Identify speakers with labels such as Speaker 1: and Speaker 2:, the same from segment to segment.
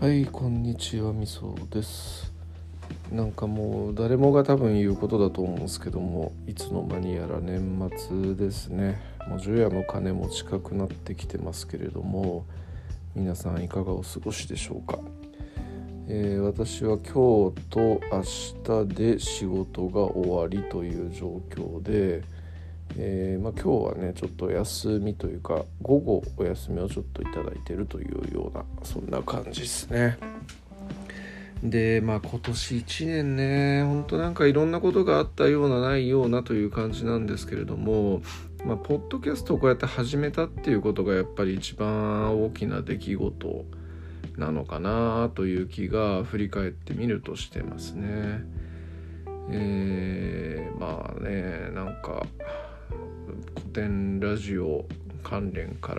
Speaker 1: はい、こんにちは、みそです。なんかもう誰もが多分言うことだと思うんですけども、いつの間にやら年末ですね。もう除夜の鐘も近くなってきてますけれども、皆さんいかがお過ごしでしょうか。私は今日と明日で仕事が終わりという状況で、今日はねちょっと休みというか午後お休みをちょっといただいているというようなそんな感じですね。で今年1年ね本当なんかいろんなことがあったようなないようなという感じなんですけれども、ポッドキャストをこうやって始めたっていうことがやっぱり一番大きな出来事なのかなという気が振り返ってみるとしてますね。なんか古典ラジオ関連から、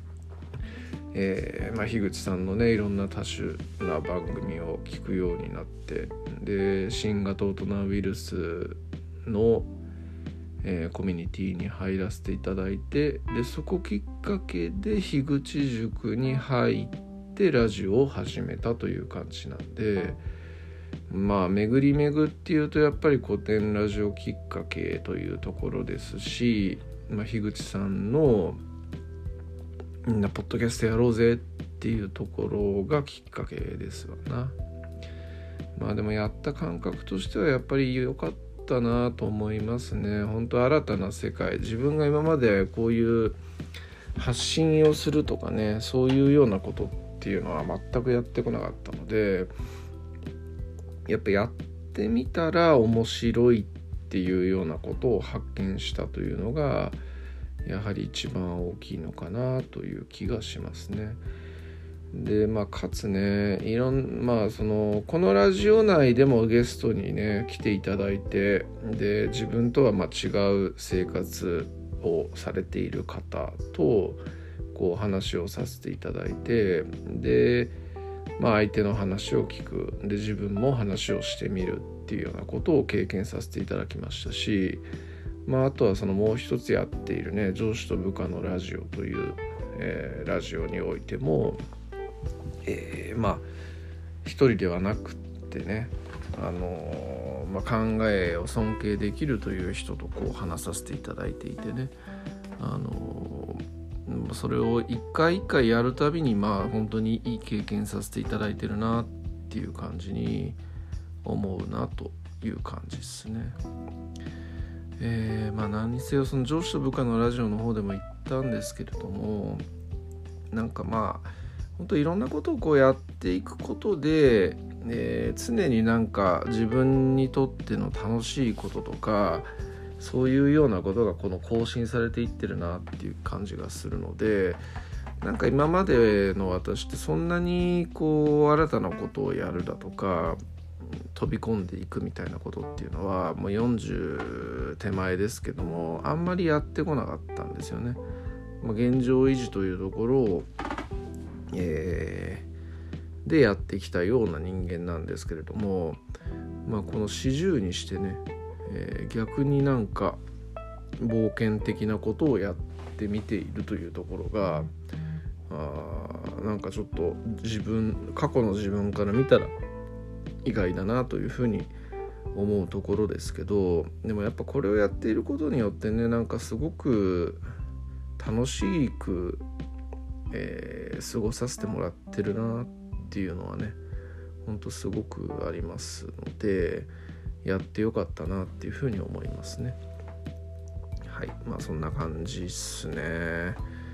Speaker 1: 樋口さんのねいろんな多種な番組を聞くようになって、で新型大人ウイルスの、コミュニティに入らせていただいて、でそこきっかけで樋口塾に入ってラジオを始めたという感じなんで、巡り巡っていうとやっぱり古典ラジオきっかけというところですし、樋口さんのみんなポッドキャストやろうぜっていうところがきっかけですわな。でもやった感覚としてはやっぱり良かったなと思いますね。本当新たな世界、自分が今までこういう発信をするとかねそういうようなことっていうのは全くやってこなかったので、やっぱやってみたら面白いっていうようなことを発見したというのがやはり一番大きいのかなという気がしますね。でかつねこのラジオ内でもゲストにね来ていただいて、で自分とは違う生活をされている方とこう話をさせていただいて、で相手の話を聞く、で自分も話をしてみるっていうようなことを経験させていただきましたし、あとはそのもう一つやっているね上司と部下のラジオという、ラジオにおいても、一人ではなくってね考えを尊敬できるという人とこう話させていただいていてね、それを一回一回やるたびに本当にいい経験させていただいてるなっていう感じに思うなという感じですね。何にせよその上司と部下のラジオの方でも言ったんですけれども、本当いろんなことをこうやっていくことで、常に自分にとっての楽しいこととかそういうようなことがこの更新されていってるなっていう感じがするので、今までの私ってそんなにこう新たなことをやるだとか飛び込んでいくみたいなことっていうのはもう40手前ですけどもあんまりやってこなかったんですよね。現状維持というところを、でやってきたような人間なんですけれども、この40にしてね、逆に冒険的なことをやってみているというところがちょっと過去の自分から見たら意外だなというふうに思うところですけど、でもやっぱこれをやっていることによってねすごく楽しく、過ごさせてもらってるなっていうのはね本当すごくありますので、やってよかったなっていうふうに思いますね。はい、そんな感じですね。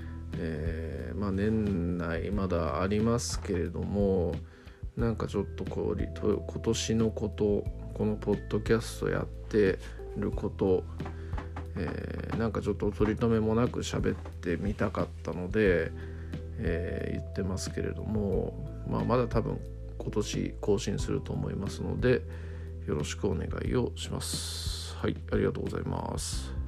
Speaker 1: 年内まだありますけれどもちょっと今年のことこのポッドキャストやってること、ちょっと取り留めもなく喋ってみたかったので、言ってますけれども、まだ多分今年更新すると思いますのでよろしくお願いをします。はい、ありがとうございます。